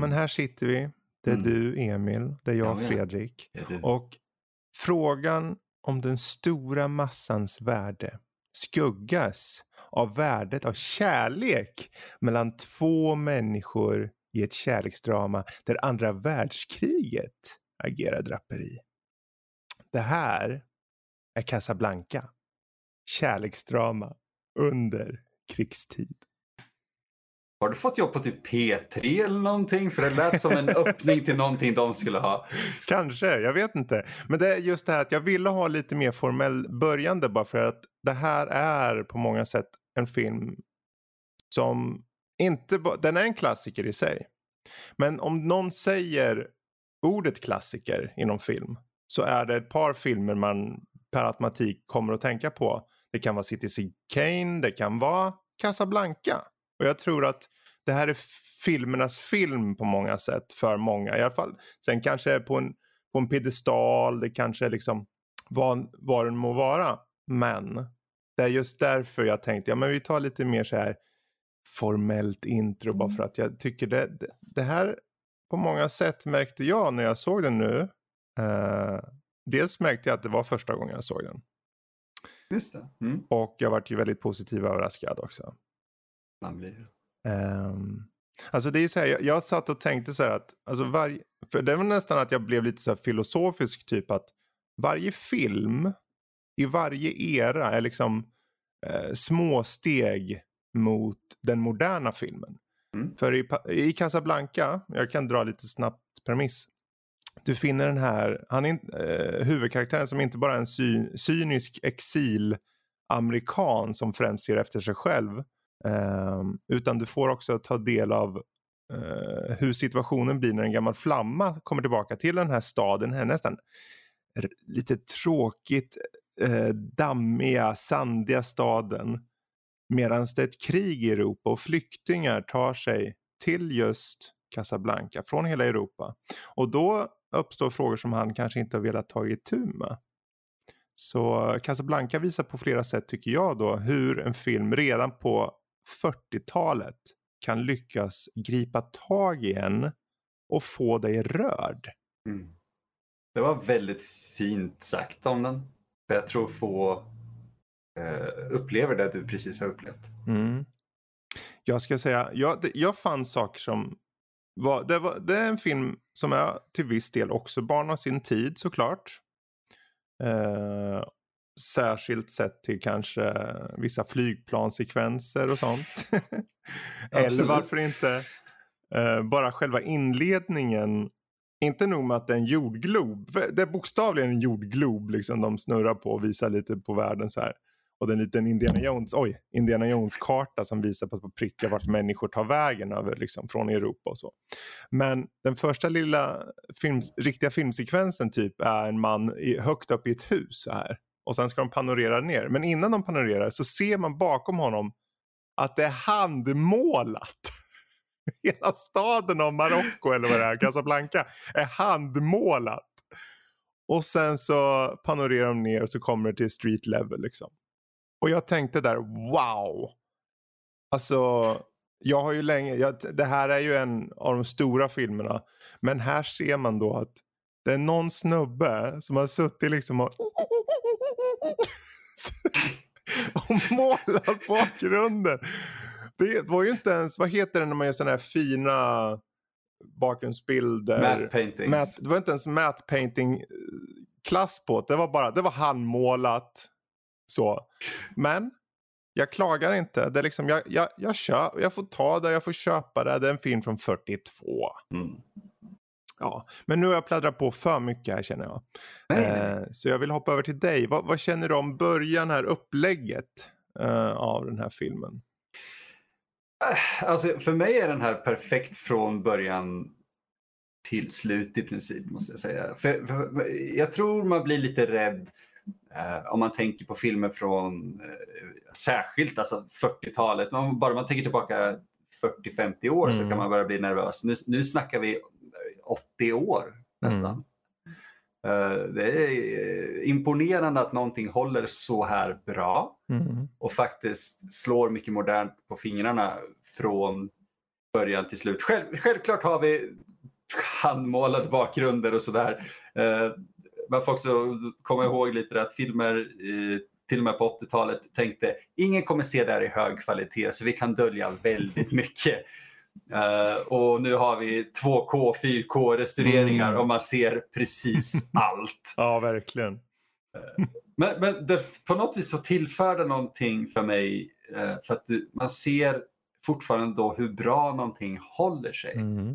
men här sitter vi. Det är du, Emil. Det är jag, Fredrik. Och frågan om den stora massans värde skuggas av värdet av kärlek mellan två människor i ett kärleksdrama där andra världskriget agerar draperi. Det här är Casablanca. Kärleksdrama under krigstid. Har du fått jobb på typ P3 eller någonting? För det lät som en öppning till någonting de skulle ha. Kanske, jag vet inte. Men det är just det här att jag ville ha lite mer formell börjande bara för att det här är på många sätt en film som inte... Den är en klassiker i sig. Men om någon säger ordet klassiker inom film så är det ett par filmer man per automatik kommer att tänka på. Det kan vara Citizen Kane, det kan vara Casablanca. Och jag tror att det här är filmernas film på många sätt för många i alla fall. Sen kanske på en pedestal, det kanske liksom vad den må vara. Men det är just därför jag tänkte, ja men vi tar lite mer så här formellt intro bara för att jag tycker det här på många sätt märkte jag när jag såg den nu. Dels märkte jag att det var första gången jag såg den. Just det. Och jag var ju väldigt positivt överraskad också. Man blir. Alltså det är så här, jag satt och tänkte så här att alltså för det var nästan att jag blev lite så här filosofisk typ att varje film i varje era är liksom små steg mot den moderna filmen. För i Casablanca, jag kan dra lite snabbt premiss. Du finner den här huvudkaraktären som inte bara är en cynisk exil-amerikan som främst ser efter sig själv. Utan du får också ta del av hur situationen blir när en gammal flamma kommer tillbaka till den här staden. Den här nästan lite tråkigt dammiga, sandiga staden. Medan det är ett krig i Europa och flyktingar tar sig till just Casablanca från hela Europa. Och då uppstår frågor som han kanske inte har velat ta itu med. Så Casablanca visar på flera sätt tycker jag då hur en film redan på 40-talet kan lyckas gripa tag i en och få dig rörd. Det var väldigt fint sagt om den. För jag tror få upplever det du precis har upplevt. Jag ska säga, jag fann saker som det är en film som är till viss del också barn av sin tid såklart. Särskilt sett till kanske vissa flygplansekvenser och sånt. Eller varför inte bara själva inledningen. Inte nog med att det är en jordglob. Det är bokstavligen en jordglob liksom de snurrar på och visar lite på världen så här. Och den liten Indiana Jones-karta som visar på prickar vart människor tar vägen över liksom från Europa och så. Men den första lilla riktiga filmsekvensen typ är en man högt upp i ett hus så här. Och sen ska de panorera ner. Men innan de panorerar så ser man bakom honom att det är handmålat. Hela staden av Marocko eller vad det är, Casablanca, är handmålat. Och sen så panorerar de ner och så kommer det till street level liksom. Och jag tänkte där, wow. Alltså, jag har ju länge, det här är ju en av de stora filmerna. Men här ser man då att det är någon snubbe som har suttit liksom och målat bakgrunden. Det var ju inte ens, vad heter det när man gör sådana här fina bakgrundsbilder? Matte paintings. Det var inte ens matte painting klass på det. Det var handmålat. Så. Men jag klagar inte. Det är liksom, jag får ta det, jag får köpa det. Det är en film från 42. Ja, men nu har jag pladdrat på för mycket här känner jag. Nej. Så jag vill hoppa över till dig. Vad känner du om början här, upplägget av den här filmen? Alltså för mig är den här perfekt från början till slut i princip måste jag säga. För jag tror man blir lite rädd om man tänker på filmer från särskilt alltså 40-talet. Bara man tänker tillbaka 40-50 år så kan man börja bli nervös. Nu snackar vi 80 år nästan. Det är imponerande att någonting håller så här bra och faktiskt slår mycket modernt på fingrarna från början till slut. Självklart har vi handmålade bakgrunder och sådär. Man får också komma ihåg lite att filmer till och med på 80-talet tänkte ingen kommer se det här i hög kvalitet så vi kan dölja väldigt mycket. Och nu har vi 2K, 4K restaureringar och man ser precis allt. Ja, verkligen. Men det, på något vis så tillför det någonting för mig för att man ser fortfarande då hur bra någonting håller sig.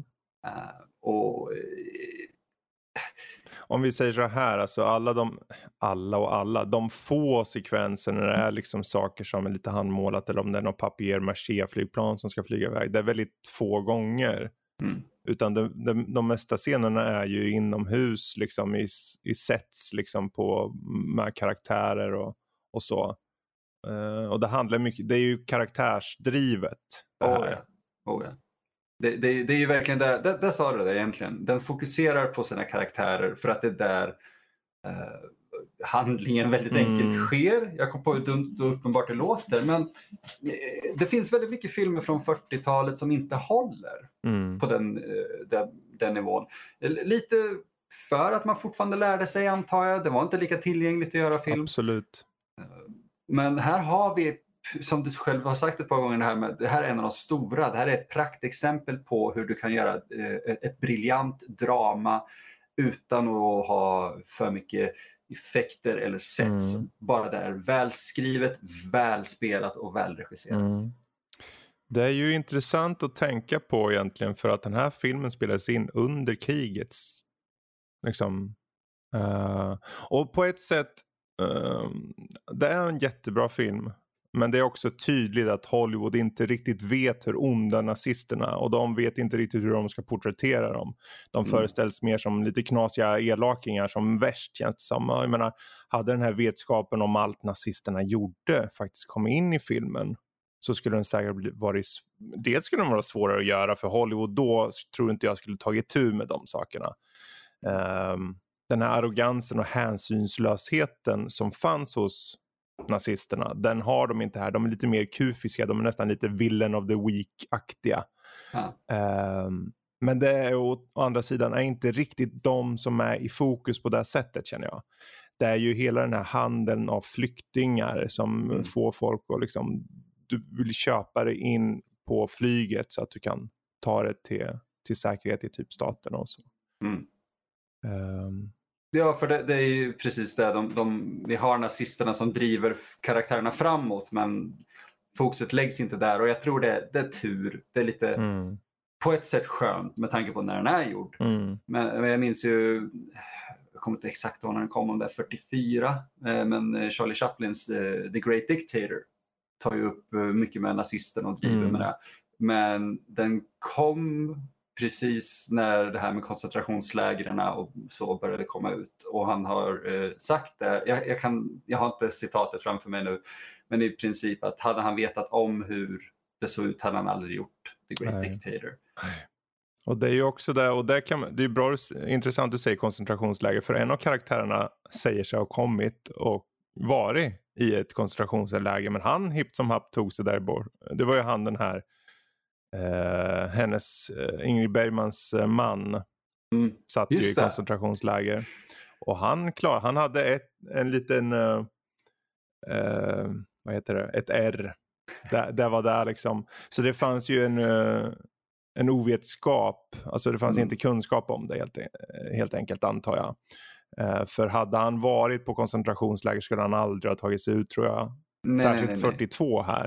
Om vi säger så här, alltså alla de få sekvenser när det är liksom saker som är lite handmålat eller om det är någon papier-maché-flygplan som ska flyga iväg, det är väldigt få gånger. Utan de mesta scenerna är ju inomhus liksom i sets liksom med karaktärer och så. Och det handlar mycket, det är ju karaktärsdrivet det här. Ja. Det är ju verkligen där sa du det egentligen. Den fokuserar på sina karaktärer för att det är där handlingen väldigt enkelt sker. Jag kom på hur dumt och uppenbart det låter, men det finns väldigt mycket filmer från 40-talet som inte håller på den nivån. Lite för att man fortfarande lärde sig, antar jag. Det var inte lika tillgängligt att göra film. Absolut. Men här har vi, som du själv har sagt ett par gånger, det här är en av de stora. Det här är ett praktexempel på hur du kan göra ett briljant drama utan att ha för mycket effekter eller sets. Bara det är välskrivet, välspelat och välregisserat. Det är ju intressant att tänka på egentligen, för att den här filmen spelades in under kriget. Liksom. Och på ett sätt, det är en jättebra film. Men det är också tydligt att Hollywood inte riktigt vet hur onda nazisterna, och de vet inte riktigt hur de ska porträttera dem. De föreställs mer som lite knasiga elakingar, som värst känns det som. Jag menar, hade den här vetskapen om allt nazisterna gjorde faktiskt kommit in i filmen, så skulle den säkert dels skulle den vara svårare att göra för Hollywood. Då tror inte jag skulle ta itu med de sakerna. Den här arrogansen och hänsynslösheten som fanns hos nazisterna, den har de inte här. De är lite mer kufiska, de är nästan lite villain of the week-aktiga. Men det är å andra sidan är inte riktigt de som är i fokus på det här sättet, känner jag. Det är ju hela den här handeln av flyktingar som får folk att liksom, du vill köpa dig in på flyget så att du kan ta det till säkerhet i typ staten och så. Ja, för det är ju precis det. Vi har nazisterna som driver karaktärerna framåt, men fokuset läggs inte där. Och jag tror det är tur. Det är lite på ett sätt skönt med tanke på när den är gjord. Men jag minns ju, jag kommer inte exakt ihåg när den kom, om det är 44. Men Charlie Chaplins The Great Dictator tar ju upp mycket med nazisterna och driver med det. Men den kom precis när det här med koncentrationslägren och så började komma ut. Och han har sagt det, jag har inte citatet framför mig nu, men i princip att hade han vetat om hur det såg ut hade han aldrig gjort The Great Dictator. Och det är ju också det, och det är bra, intressant att du säger koncentrationsläger, för en av karaktärerna säger sig ha kommit och varit i ett koncentrationsläger, men han hipp som happ tog sig där bort. Det var ju han, den här hennes Ingrid Bergmans man satt ju i koncentrationsläger, och han hade en liten vad heter det, ett R det var där liksom, så det fanns ju en ovetskap, alltså det fanns inte kunskap om det helt enkelt, antar jag. För hade han varit på koncentrationsläger skulle han aldrig ha tagit sig ut, tror jag. Särskilt 42 här.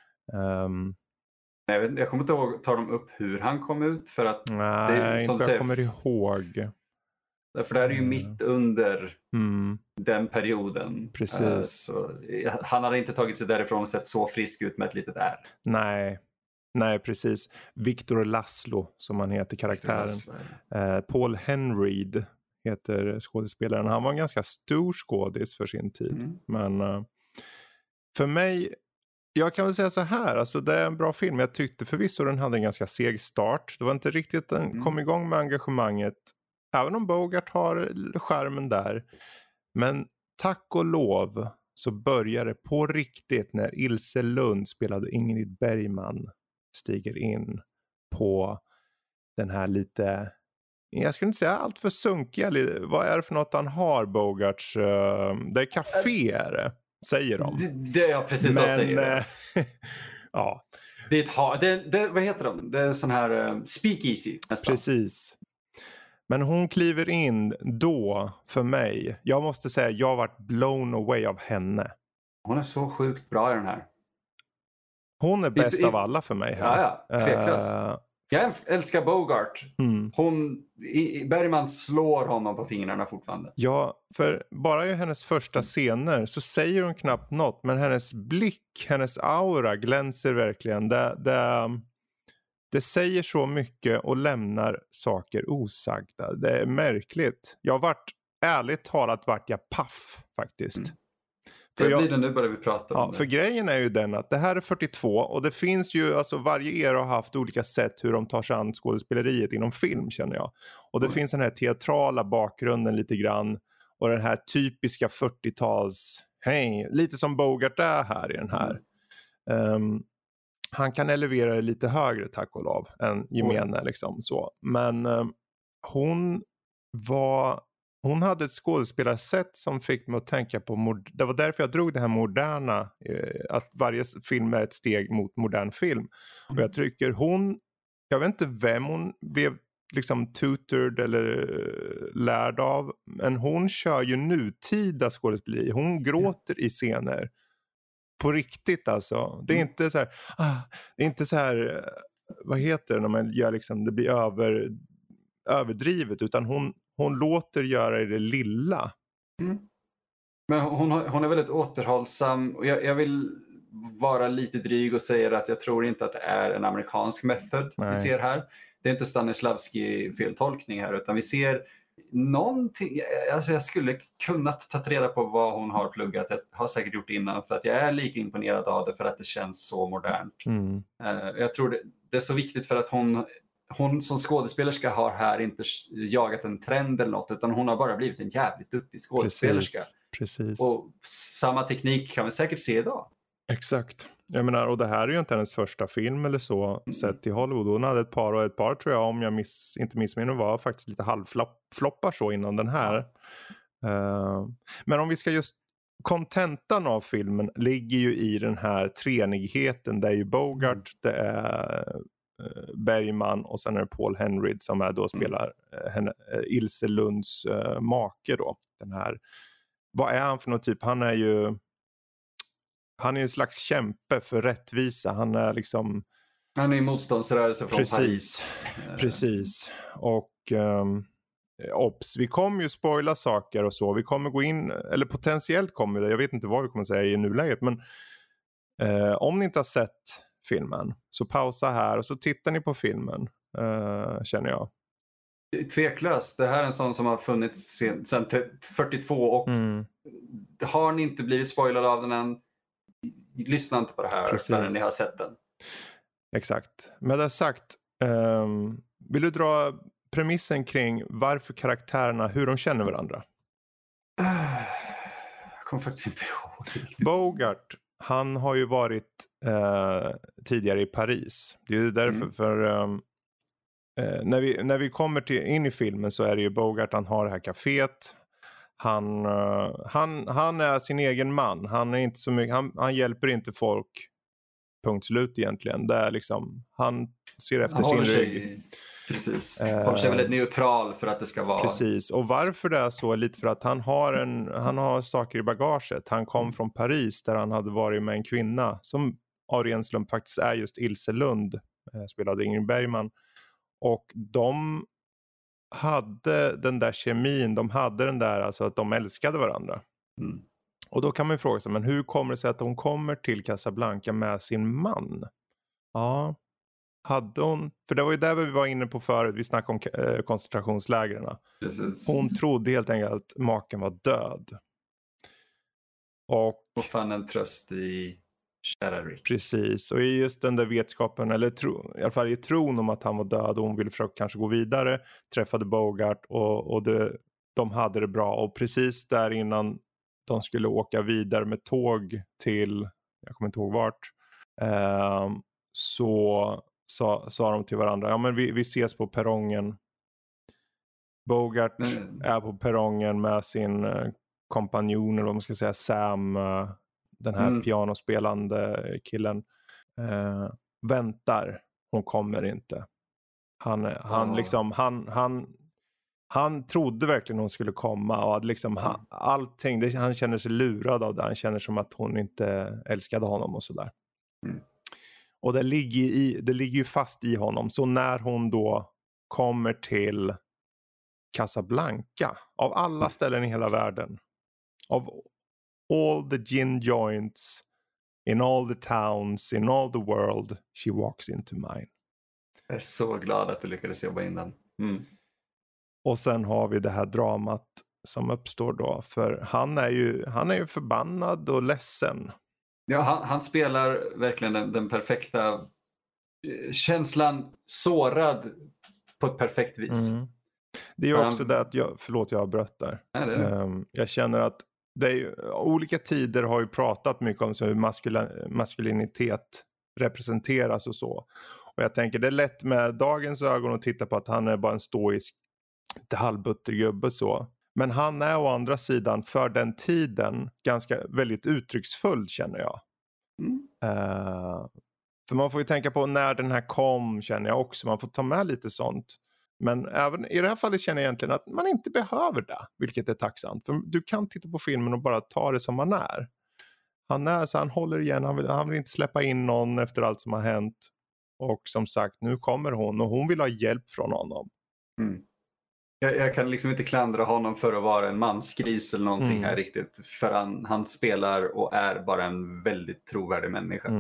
Jag kommer inte ihåg, tar de upp hur han kom ut? För att nej, det är, inte jag kommer ihåg. För det är ju mitt under den perioden. Precis. Så han hade inte tagit sig därifrån och sett så frisk ut med ett litet R. Nej, precis. Victor Laszlo, som han heter, karaktären. Paul Henreid heter skådespelaren. Han var en ganska stor skådis för sin tid. Men för mig, jag kan väl säga så här, alltså det är en bra film. Jag tyckte förvisso den hade en ganska seg start. Det var inte riktigt den kom igång med engagemanget. Även om Bogart har skärmen där. Men tack och lov så började på riktigt när Ilse Lund spelade Ingrid Bergman stiger in. på den här lite, jag skulle inte säga allt för sunkiga, vad är det för något han har, Bogarts? Det är kaféer, säger de. Det är jag precis vad säger det. Ja. Det är vad heter de? Det är sån här speakeasy nästan. Precis. Men hon kliver in då för mig. Jag måste säga, jag har varit blown away av henne. Hon är så sjukt bra i den här. Hon är bäst av alla för mig här. Ja, tveklöst. Jag älskar Bogart. Bergman slår honom på fingrarna fortfarande. Ja, för bara i hennes första scener så säger hon knappt något. Men hennes blick, hennes aura glänser verkligen. Det säger så mycket och lämnar saker osagda. Det är märkligt. Ärligt talat vart jag paff faktiskt. Det blir det nu börjar vi prata om. Ja, för grejen är ju den att det här är 42 och det finns ju, alltså varje era har haft olika sätt hur de tar sig an skådespeleriet inom film, känner jag. Och det finns den här teatrala bakgrunden lite grann och den här typiska 40-tals, lite som Bogart är här i den här. Han kan elevera det lite högre, tack och lov, än gemene liksom så. Men hon hade ett skådespelarsätt som fick mig att tänka på det var därför jag drog det här moderna, att varje film är ett steg mot modern film. Och jag tycker jag vet inte vem hon blev liksom tutored eller lärd av, men hon kör ju nutida skådespeleri. Hon gråter i scener. På riktigt alltså. Det är inte så här, det är inte så här, vad heter det när man gör liksom, det blir överdrivet, utan hon låter göra det lilla. Men hon är väldigt återhållsam och jag vill vara lite dryg och säga att jag tror inte att det är en amerikansk method vi ser här. Det är inte Stanislavski feltolkning här, utan vi ser någonting, alltså jag skulle kunna ta reda på vad hon har pluggat. Jag har säkert gjort innan, för att jag är lika imponerad av det, för att det känns så modernt. Jag tror det är så viktigt, för att hon som skådespelerska har här inte jagat en trend eller något, utan hon har bara blivit en jävligt duktig skådespelerska. Precis. Och samma teknik kan vi säkert se idag. Exakt. Jag menar, och det här är ju inte hennes första film eller så sett i Hollywood. Hon hade ett par tror jag, om jag inte missminner, var faktiskt lite halvfloppar så innan den här. Men om vi ska just kontentan av filmen ligger ju i den här treenigheten. Det är ju Bogart, det är Bergman och sen är det Paul Henreid som är då spelar Ilse Lunds make då. Den här, vad är han för någon typ? Han är en slags kämpe för rättvisa. Han är liksom, han är i motståndsrörelse från Paris. Precis. Och vi kommer ju spoila saker och så. Vi kommer gå in, eller potentiellt kommer det. Jag vet inte vad vi kommer säga i nuläget, men om ni inte har sett filmen så pausa här och så tittar ni på filmen, känner jag. Tveklöst. Det här är en sån som har funnits sedan 42 och har ni inte blivit spoilade av den än, lyssna inte på det här förrän ni har sett den. Exakt. Med det sagt, vill du dra premissen kring varför karaktärerna, hur de känner varandra? Jag kommer faktiskt inte ihåg. Bogart, han har ju varit tidigare i Paris. Det är ju därför när vi kommer in i filmen så är det ju Bogart, han har det här kaféet. Han är sin egen man. Han är inte så mycket, han hjälper inte folk. Punkt slut egentligen. Det är liksom, han ser efter sin rygg. Precis. Håller sig väldigt neutral för att det ska vara. Precis. Och varför det är så är lite för att han har saker i bagaget. Han kom från Paris där han hade varit med en kvinna som av ren slump faktiskt är just Ilse Lund, spelade Ingrid Bergman. Och de hade den där kemin, de hade den där, alltså att de älskade varandra. Och då kan man ju fråga sig, men hur kommer det sig att hon kommer till Casablanca med sin man? Ja, hade hon, för det var ju där vi var inne på förut, vi snackade om koncentrationslägren. Hon trodde helt enkelt att maken var död. Och fann en tröst i kära Rick. Precis, och i just den där vetskapen, eller i alla fall i tron om att han var död och hon ville försöka kanske gå vidare, träffade Bogart och de hade det bra. Och precis där innan de skulle åka vidare med tåg till, jag kommer inte ihåg vart, så sa de till varandra. Ja, men vi ses på perrongen. Bogart är på perrongen med sin kompanjon, eller vad man ska säga, Sam, den här pianospelande killen. Väntar. Hon kommer inte. Han trodde verkligen hon skulle komma och hade liksom allting. Han känner sig lurad av det. Han känner som att hon inte älskade honom och sådär. Och det ligger ju fast i honom. Så när hon då kommer till Casablanca, av alla ställen i hela världen, av all the gin joints in all the towns in all the world, she walks into mine. Jag är så glad att du lyckades jobba in den. Och sen har vi det här dramat som uppstår då, för han är ju förbannad och ledsen. Ja, han spelar verkligen den perfekta känslan, sårad på ett perfekt vis. Det är ju också det att jag har brött där. Jag känner att det är ju, olika tider har ju pratat mycket om så hur maskulinitet representeras och så. Och jag tänker det är lätt med dagens ögon att titta på att han är bara en stoisk halvbuttergubbe så. Men han är å andra sidan för den tiden väldigt uttrycksfull, känner jag. För man får ju tänka på när den här kom, känner jag också. Man får ta med lite sånt. Men även i det här fallet känner jag egentligen att man inte behöver det. Vilket är tacksamt. För du kan titta på filmen och bara ta det som man är. Han håller igen. Han vill inte släppa in någon efter allt som har hänt. Och som sagt, nu kommer hon. Och hon vill ha hjälp från honom. Jag kan liksom inte klandra honom för att vara en mansgris eller någonting här riktigt. För han spelar och är bara en väldigt trovärdig människa.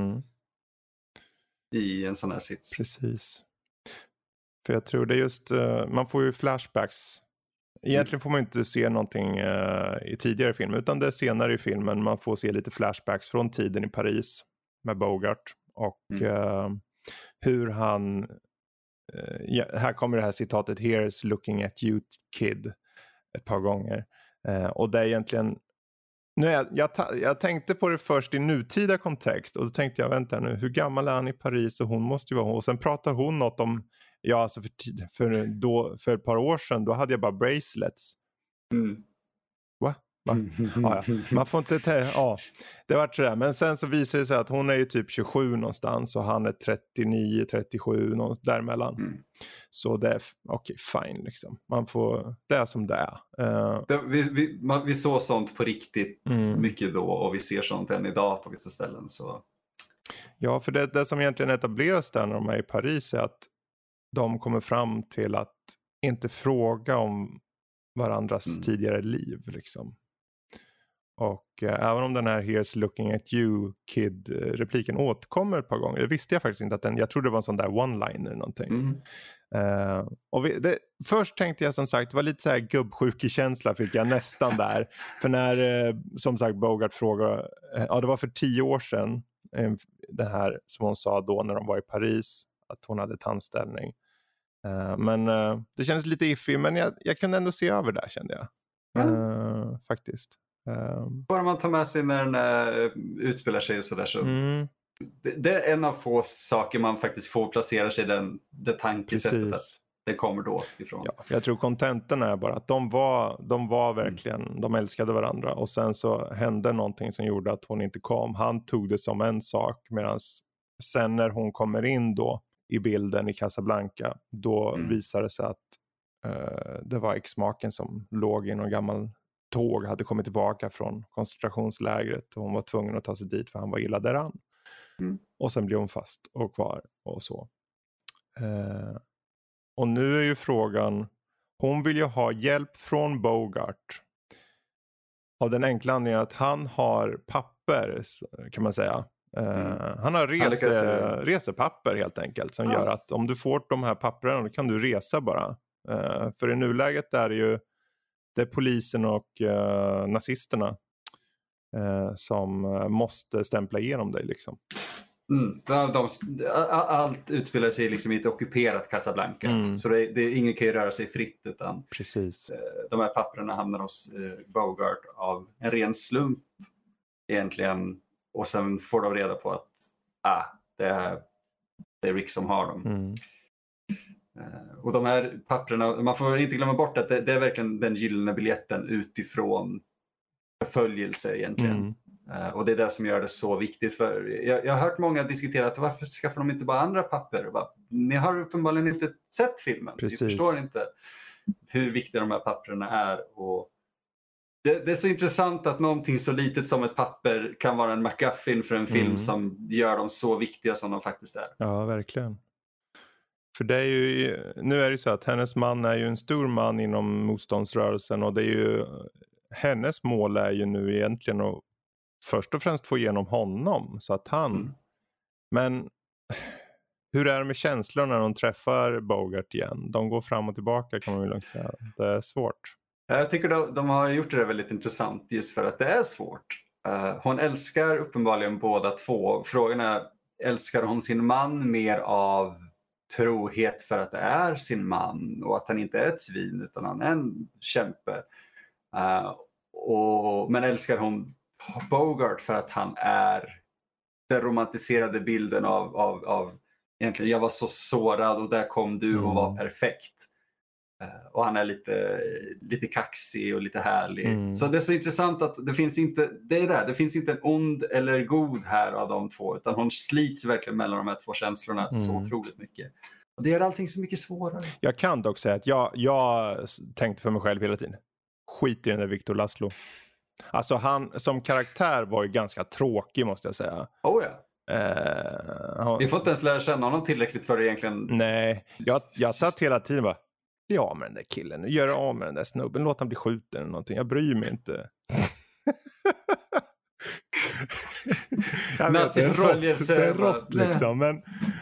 I en sån här sits. Precis. För jag tror det är just, man får ju flashbacks. Egentligen får man inte se någonting i tidigare film. Utan det är senare i filmen man får se lite flashbacks från tiden i Paris. Med Bogart. Och hur han... här kommer det här citatet. Here's looking at you kid. Ett par gånger. Och det är egentligen... Jag tänkte på det först i nutida kontext. Och då tänkte jag, vänta nu. Hur gammal är han i Paris? Och hon måste ju vara... Och sen pratar hon något om... Ja, alltså för ett par år sedan. Då hade jag bara bracelets. Va? Ja. Man får inte... Ja, det var sådär. Men sen så visar det sig att hon är ju typ 27 någonstans. Och han är 39, 37 däremellan. Så det är okej, fine liksom. Man får... Det är som det är. Vi såg sånt på riktigt mycket då. Och vi ser sånt än idag på vissa ställen. Så. Ja, för det som egentligen etableras där när de är i Paris är att de kommer fram till att inte fråga om varandras tidigare liv liksom. Och även om den här Here's looking at you kid repliken återkommer ett par gånger. Det visste jag faktiskt inte att jag trodde det var en sån där one-liner någonting. Och först tänkte jag som sagt, det var lite så här gubbsjuk känsla fick jag nästan där. För när som sagt Bogart frågar, det var för 10 år sedan den här som hon sa då när de var i Paris. Att hon hade tandställning. Men det kändes lite iffy. Men jag kunde ändå se över där, kände jag. Faktiskt. Bara man tar med sig när den utspelar sig och sådär. Så det är en av få saker man faktiskt får placera sig i det tankesättet. Att det kommer då ifrån. Ja, jag tror kontenten är bara att de var verkligen, de älskade varandra. Och sen så hände någonting som gjorde att hon inte kom. Han tog det som en sak. Medan sen när hon kommer in då i bilden i Casablanca, då visar det sig att det var exmaken som låg i någon gammal tåg, hade kommit tillbaka från koncentrationslägret och hon var tvungen att ta sig dit för han var illa däran. Och sen blev hon fast och kvar och så. Och nu är ju frågan, hon vill ju ha hjälp från Bogart av den enkla anledningen att han har papper, kan man säga. Han har resepapper helt enkelt som gör att om du får de här papperna då kan du resa bara. För i nuläget är det är polisen och nazisterna som måste stämpla igenom dig liksom. Allt utspelar sig liksom i ett ockuperat Casablanca. Så ingen kan ju röra sig fritt utan precis. De här papperna hamnar hos Bogart av en ren slump egentligen. Och sen får de reda på att Det är Rick som har dem. Och de här papperna, man får inte glömma bort att det är verkligen den gyllene biljetten utifrån förföljelse egentligen. Och det är det som gör det så viktigt. För jag har hört många diskutera att varför skaffar de inte bara andra papper? Ni har uppenbarligen inte sett filmen. Precis. Ni förstår inte hur viktiga de här papperna är. Och det är så intressant att någonting så litet som ett papper kan vara en MacGuffin för en film som gör dem så viktiga som de faktiskt är. Ja, verkligen. För det är ju, nu är det ju så att hennes man är ju en stor man inom motståndsrörelsen, och det är ju, hennes mål är ju nu egentligen att först och främst få igenom honom så att han, men hur är det med känslorna när de träffar Bogart igen? De går fram och tillbaka, kan man ju lugnt säga. Det är svårt. Jag tycker de har gjort det väldigt intressant just för att det är svårt. Hon älskar uppenbarligen båda två. Frågan är, älskar hon sin man mer av trohet för att det är sin man och att han inte är ett svin utan han är en kämpe? Men älskar hon Bogart för att han är den romantiserade bilden av egentligen, jag var så sårad och där kom du och var perfekt. Och han är lite kaxig och lite härlig. Så det är så intressant att det finns inte en ond eller god här av de två, utan hon slits verkligen mellan de här två känslorna så otroligt mycket. Och det gör allting så mycket svårare. Jag kan dock säga att jag tänkte för mig själv hela tiden, skit i den där Victor Laszlo. Alltså han som karaktär var ju ganska tråkig, måste jag säga. Oh ja. Vi får inte ens lära känna honom tillräckligt för det egentligen. Nej, jag satt hela tiden bara, bli av med den där killen, gör av med den där snubben, låt han bli skjuten eller någonting, jag bryr mig inte. Jag vet, det är rått liksom, men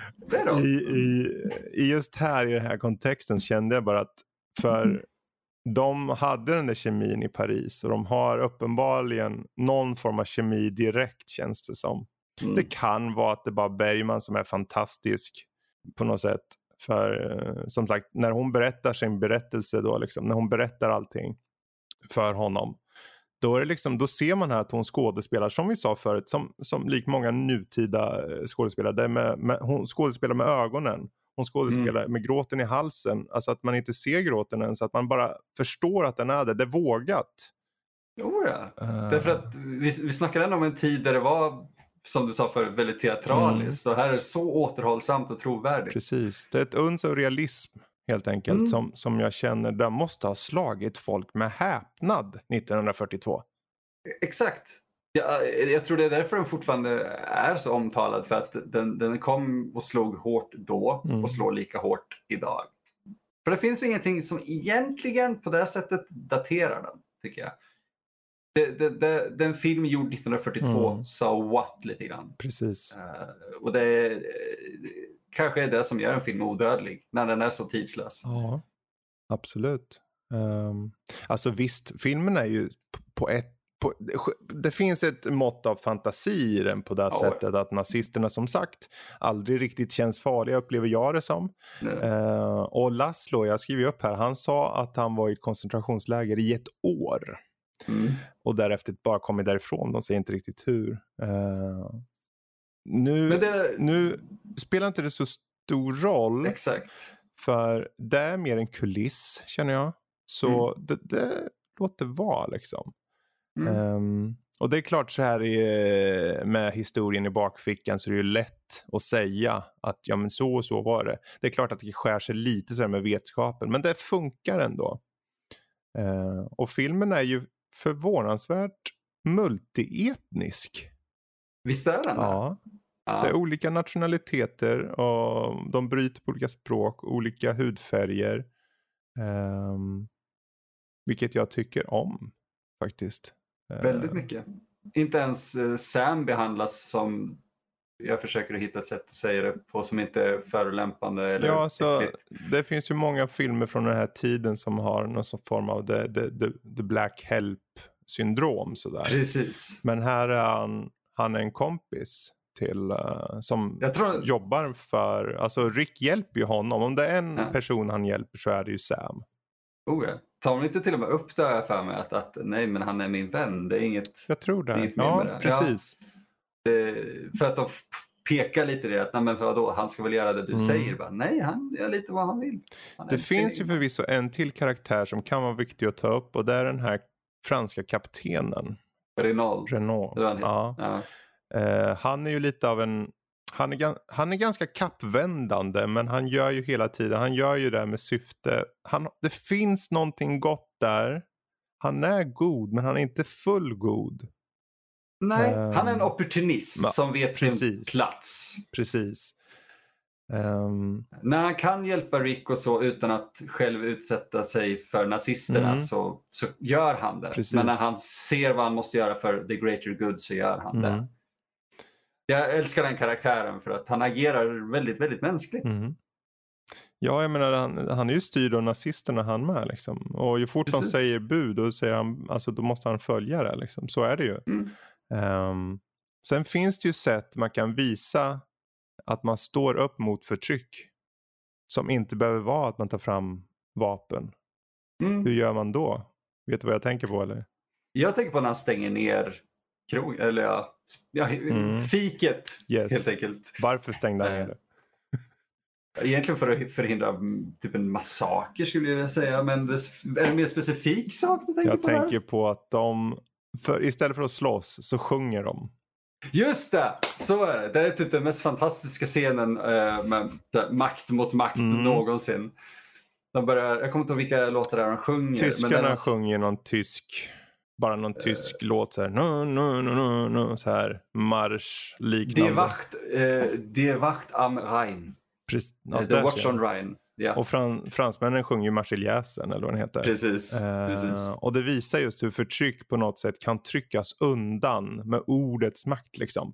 i just här i den här kontexten kände jag bara att för de hade den där kemin i Paris och de har uppenbarligen någon form av kemi direkt, känns det som. Det kan vara att det bara Bergman som är fantastisk på något sätt. För som sagt, när hon berättar sin berättelse då liksom, när hon berättar allting för honom, då är det liksom, då ser man här att hon skådespelar som vi sa förut, som lik många nutida skådespelare, hon skådespelar med ögonen, hon skådespelar med gråten i halsen, alltså att man inte ser gråten ens, att man bara förstår att den är där, det är vågat. Jo ja, därför att vi snackar ändå om en tid där det var, som du sa för, väldigt teatraliskt. Och här är det så återhållsamt och trovärdigt. Precis, det är ett uns av realism helt enkelt som jag känner där måste ha slagit folk med häpnad 1942. Exakt. Jag tror det är därför den fortfarande är så omtalad, för att den kom och slog hårt då och slår lika hårt idag. För det finns ingenting som egentligen på det sättet daterar den, tycker jag. Den film gjord 1942 so what lite grann. Precis. Och det kanske är det som gör en film odödlig, när den är så tidslös. Ja, absolut. Alltså visst, filmen är ju det finns ett mått av fantasi i den på det sättet att nazisterna som sagt aldrig riktigt känns farliga, upplever jag det som. Och Laszlo, jag skriver upp här, han sa att han var i ett koncentrationsläger i ett år. Och därefter bara kommit därifrån. De säger inte riktigt hur. Nu spelar inte det så stor roll. Exakt. För det är mer en kuliss, känner jag. Så det låter vara liksom. Och det är klart, så här med historien i bakfickan så är det ju lätt att säga att ja, men så och så var det. Det är klart att det skär sig lite så här med vetskapen, men det funkar ändå. Och filmen är ju förvånansvärt multietnisk. Visst är den? Ja. Det är olika nationaliteter och de bryter på olika språk, olika hudfärger. Vilket jag tycker om faktiskt. Väldigt mycket. Inte ens Sam behandlas som, jag försöker hitta ett sätt att säga det på som inte är förolämpande. Eller ja, så det finns ju många filmer från den här tiden som har någon form av the black help-syndrom. Sådär. Precis. Men här är han är en kompis till som jobbar för, alltså Rick hjälper ju honom. Om det är en person han hjälper så är det ju Sam. Oh ja. Tar man inte till och med upp det här för mig att nej, men han är min vän, det är inget. Jag tror det. Det är ja, precis. Ja, för att pekar lite i det att nej, men vadå, han ska väl göra det du säger. Bara, nej, han gör lite vad han vill. Det finns ju förvisso en till karaktär som kan vara viktig att ta upp och det är den här franska kaptenen. Renault. Ja. Han är ju lite av en... Han är ganska kappvändande men han gör ju hela tiden, han gör ju det med syfte. Det finns någonting gott där. Han är god men han är inte fullgod. Nej, han är en opportunist som vet sin plats. Precis. När han kan hjälpa Rick och så utan att själv utsätta sig för nazisterna så gör han det. Precis. Men när han ser vad han måste göra för the greater good så gör han det. Jag älskar den karaktären för att han agerar väldigt, väldigt mänskligt. Ja, jag menar han är ju styrd av nazisterna han med liksom. Och ju fort de säger bud då säger han, alltså då måste han följa det liksom. Så är det ju. Sen finns det ju sätt man kan visa att man står upp mot förtryck som inte behöver vara att man tar fram vapen. Hur gör man då? Vet du vad jag tänker på eller? Jag tänker på när han stänger ner fiket helt enkelt. Varför stängde han ner det? Egentligen för att förhindra typ en massaker skulle jag vilja säga. Men är det mer specifik sak du tänker på? Jag tänker på att istället för att slåss så sjunger de. Just det! Så är det. Det är typ den mest fantastiska scenen med makt mot makt någonsin. Jag kommer inte ihåg vilka låtar där de sjunger. Tyskarna sjunger någon tysk låt så här. Så här marsch liknande. Die Wacht am Rhein. The Watch on Rhine. Yeah. Och fransmännen sjunger Marseljäsen eller vad den heter. Precis. Och det visar just hur förtryck på något sätt kan tryckas undan med ordets makt liksom.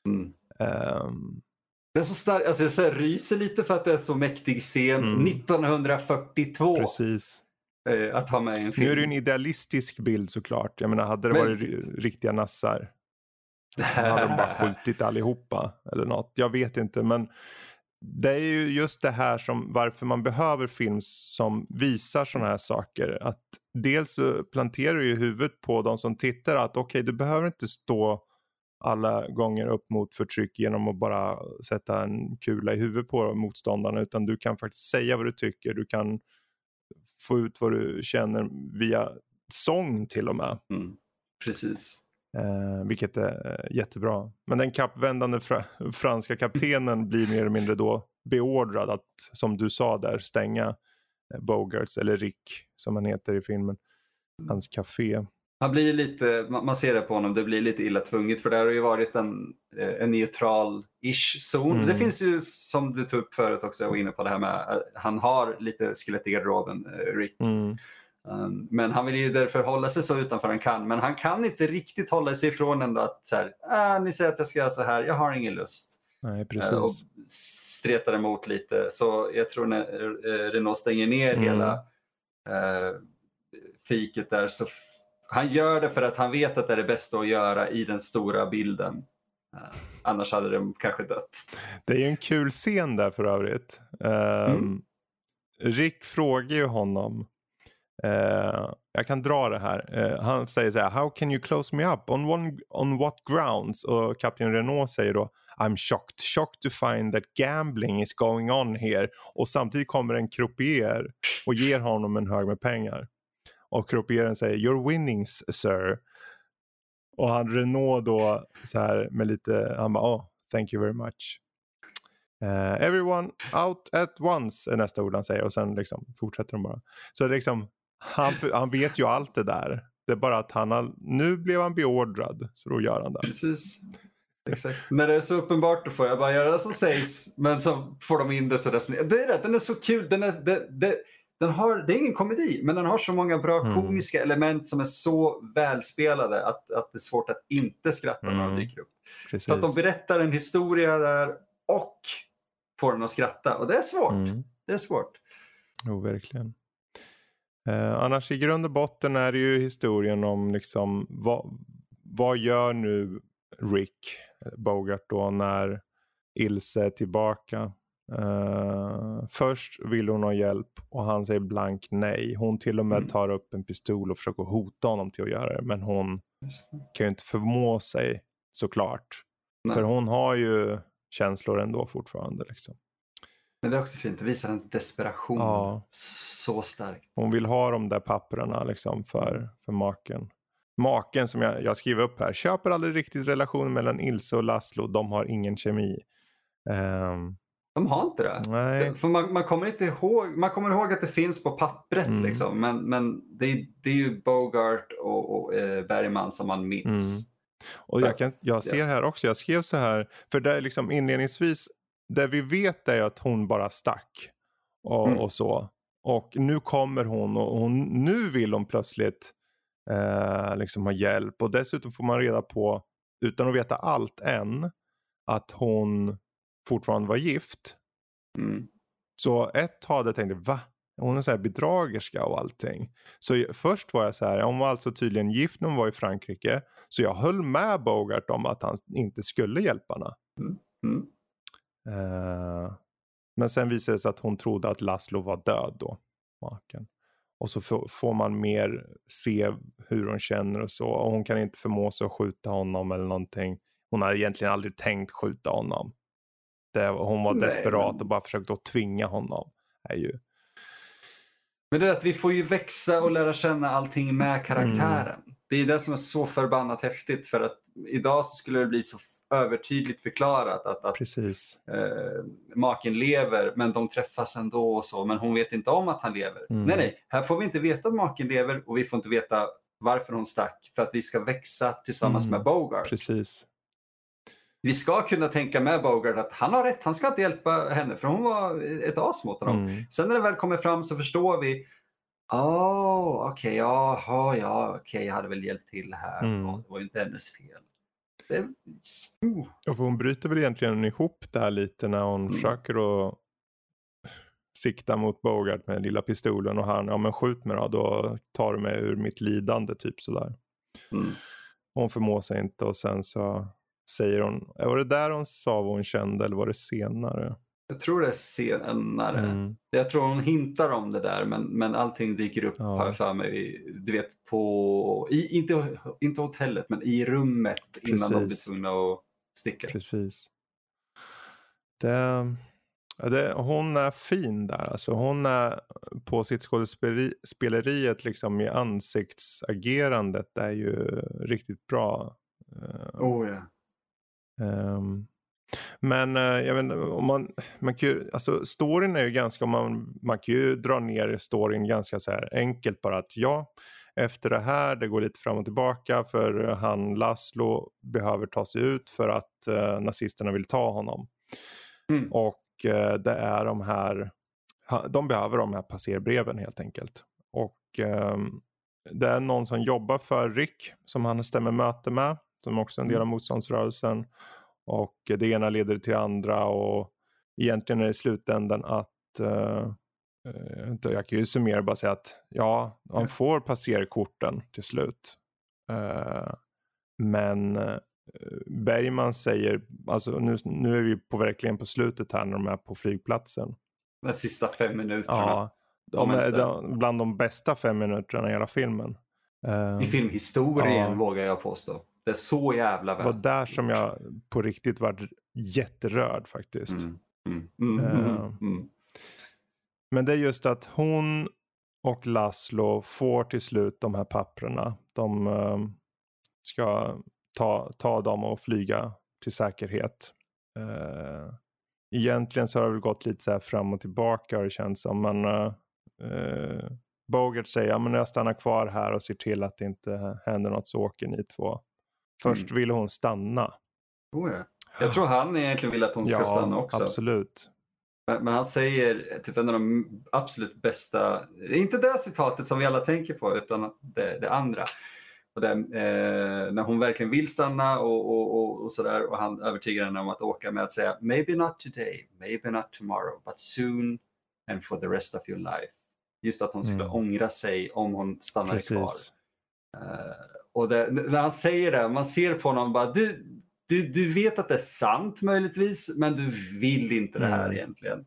Det är så starkt, alltså jag ryser lite för att det är så mäktig scen 1942. Precis. Att ha med en film. Nu är det en idealistisk bild såklart. Jag menar, hade det varit riktiga nassar hade de bara skjutit allihopa eller något. Jag vet inte, men det är ju just det här som varför man behöver film som visar sådana här saker. Att dels så planterar ju huvudet på de som tittar att okej, du behöver inte stå alla gånger upp mot förtryck genom att bara sätta en kula i huvudet på motståndarna, utan du kan faktiskt säga vad du tycker. Du kan få ut vad du känner via sång till och med. Precis. Vilket är jättebra. Men den kappvändande franska kaptenen blir mer eller mindre då beordrad att, som du sa där, stänga Bogarts eller Rick som han heter i filmen, hans café. Han blir lite, man ser det på honom, det blir lite illa tvunget för det har ju varit en neutral-ish zon. Det finns ju, som du tog upp förut också, jag var inne på det här med han har lite skelett i garderoben, Rick. Men han vill ju därför hålla sig så utanför han kan. Men han kan inte riktigt hålla sig ifrån ändå att så här, ni säger att jag ska göra så här, jag har ingen lust. Nej, precis. Och stretar emot lite. Så jag tror när Renault stänger ner hela fiket där, så han gör det för att han vet att det är det bästa att göra i den stora bilden. Annars hade de kanske dött. Det är ju en kul scen där för övrigt. Rick frågar ju honom. Jag kan dra det här. Han säger så här: how can you close me up? On what grounds? Och kapten Renault säger då: I'm shocked to find that gambling is going on here. Och samtidigt kommer en croupier och ger honom en hög med pengar. Och croupieren säger: you're winnings, sir. Och han Renault då så här med lite, han bara: thank you very much. Everyone out at once är nästa ord han säger. Och sen liksom fortsätter de bara. Så liksom han vet ju allt det där. Det är bara att nu blev han beordrad, så då gör han det. Precis. Exakt. När det är så uppenbart då får jag bara göra det som sägs, men så får de in det så där. Det är det, den är så kul. Det är ingen komedi, men den har så många bra komiska element som är så välspelade att det är svårt att inte skratta när de dyker upp. Precis. Så att de berättar en historia där och får den att skratta, och det är svårt. Det är svårt. Jo, verkligen. Annars i grund och botten är det ju historien om liksom vad gör nu Rick Bogart då när Ilse är tillbaka. Först vill hon ha hjälp och han säger blank nej. Hon till och med tar upp en pistol och försöker hota honom till att göra det, men hon kan ju inte förmå sig såklart. Nej. För hon har ju känslor ändå fortfarande liksom. Men det är också fint, det visar en desperation så starkt. Hon vill ha de där papperna liksom för maken. Maken som jag skriver upp här, köper aldrig riktigt relationen mellan Ilse och Laszlo, de har ingen kemi. De har inte det. Nej. För man kommer inte ihåg, man kommer ihåg att det finns på pappret liksom, men det är ju Bogart och Bergman som man minns. Och jag ser här också, jag skrev så här, för det är liksom inledningsvis, det vi vet är att hon bara stack och så. Och nu kommer hon och nu vill hon plötsligt liksom ha hjälp. Och dessutom får man reda på, utan att veta allt än, att hon fortfarande var gift. Så ett tag jag tänkte, va? Hon är så här bedragerska och allting. Så först var jag så här, hon var alltså tydligen gift när hon var i Frankrike. Så jag höll med Bogart om att han inte skulle hjälpa henne. Men sen visade det sig att hon trodde att Laszlo var död då, maken. Och så får man mer se hur hon känner och så. Och hon kan inte förmå sig att skjuta honom eller någonting. Hon har egentligen aldrig tänkt skjuta honom. Hon var desperat och bara försökte att tvinga honom. Men det är att vi får ju växa och lära känna allting med karaktären. Det är det som är så förbannat häftigt, för att idag så skulle det bli så övertydligt förklarat att maken lever, men de träffas ändå och så, men hon vet inte om att han lever. Nej, här får vi inte veta att maken lever, och vi får inte veta varför hon stack, för att vi ska växa tillsammans med Bogart. Precis. Vi ska kunna tänka med Bogart att han har rätt, han ska inte hjälpa henne, för hon var ett as mot honom. Sen när det väl kommer fram så förstår vi, okej, jag hade väl hjälpt till här. Det var ju inte hennes fel. Ja, för hon bryter väl egentligen ihop där lite när hon försöker att sikta mot Bogart med lilla pistolen, och han, men skjut mig då tar du mig ur mitt lidande, typ sådär. Hon förmår sig inte, och sen så säger hon, var det där hon sa vad hon kände, eller var det senare? Jag tror det är senare. Jag tror hon hintar om det där, men allting dyker upp här för mig. Du vet, inte hotellet, men i rummet. Precis. Innan de blir tvungna att sticka. Precis. Hon är fin där. Alltså hon är på sitt skådespeleriet liksom, i ansiktsagerandet är ju riktigt bra. Men jag vet inte, om man kan ju, alltså storyn är ju ganska, man kan ju dra ner storyn ganska så här enkelt, bara att efter det här, det går lite fram och tillbaka, för han Laszlo behöver ta sig ut för att nazisterna vill ta honom. Och det är de behöver de här passerbreven helt enkelt. Och det är någon som jobbar för Rick som han stämmer möte med, som också är en del av motståndsrörelsen. Och det ena leder till andra, och egentligen är det i slutändan att jag kan ju summera bara säga att han får passerkorten till slut. Men Bergman säger, alltså nu är vi verkligen på slutet här när de är på flygplatsen. De sista 5 minuterna. De är bland de bästa 5 minuterna i hela filmen. I filmhistorien vågar jag påstå. Det är så jävla väl. Det var där som jag på riktigt var jätterörd faktiskt. Men det är just att hon och Laszlo får till slut de här papperna. De ska ta dem och flyga till säkerhet. Egentligen så har det väl gått lite så här fram och tillbaka, det känns som. Men Bogart säger, men jag stannar kvar här och ser till att det inte händer något, så åker ni två. Först ville hon stanna. Jag tror han egentligen vill att hon ska stanna också. Absolut. Men han säger typ en av de absolut bästa, inte det citatet som vi alla tänker på, utan det andra. Och när hon verkligen vill stanna och sådär, och han övertygar henne om att åka, med att säga maybe not today, maybe not tomorrow, but soon and for the rest of your life. Just att hon skulle ångra sig om hon stannar kvar. Och när han säger det, man ser på honom bara, du vet att det är sant möjligtvis, men du vill inte det här egentligen.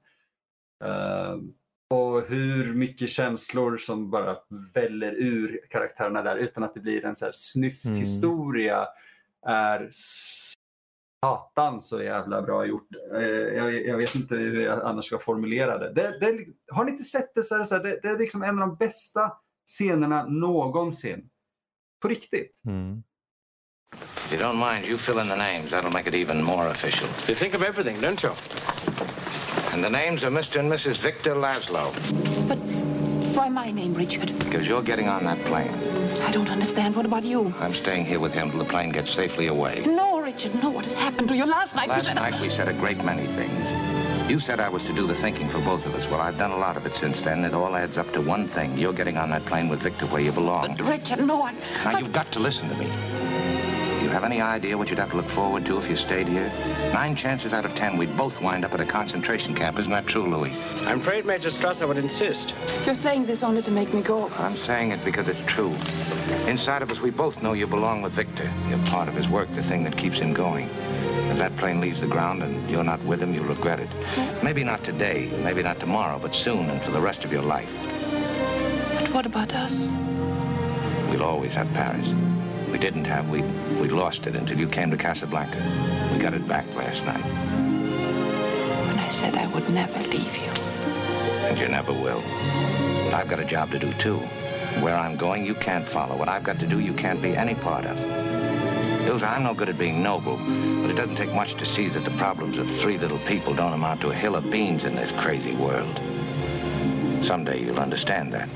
Och hur mycket känslor som bara väller ur karaktärerna där, utan att det blir en så här snyfthistoria, är Satan så jävla bra gjort. Jag vet inte hur jag annars ska formulera det. Har ni inte sett det så här, det är liksom en av de bästa scenerna någonsin. På riktigt. If you don't mind, you fill in the names. That'll make it even more official. You think of everything, don't you? And the names are Mr. and Mrs. Victor Laszlo. But why my name, Richard? Because you're getting on that plane. I don't understand. What about you? I'm staying here with him till the plane gets safely away. No, Richard, no. What has happened to you last night? Last night we said a great many things. You said I was to do the thinking for both of us. Well, I've done a lot of it since then. It all adds up to one thing. You're getting on that plane with Victor where you belong. But, Richard, no, I... Now, you've got to listen to me. You have any idea what you'd have to look forward to if you stayed here? 9 chances out of 10, we'd both wind up at a concentration camp. Isn't that true, Louis? I'm afraid Major Strasser would insist. You're saying this only to make me go. I'm saying it because it's true. Inside of us, we both know you belong with Victor. You're part of his work, the thing that keeps him going. If that plane leaves the ground and you're not with him, you'll regret it. Maybe not today, maybe not tomorrow, but soon and for the rest of your life. But what about us? We'll always have Paris. We didn't have. We lost it until you came to Casablanca. We got it back last night. When I said I would never leave you. And you never will. But I've got a job to do, too. Where I'm going, you can't follow. What I've got to do, you can't be any part of. Ilse, I'm no good at being noble, but it doesn't take much to see that the problems of 3 little people don't amount to a hill of beans in this crazy world. Someday you'll understand that.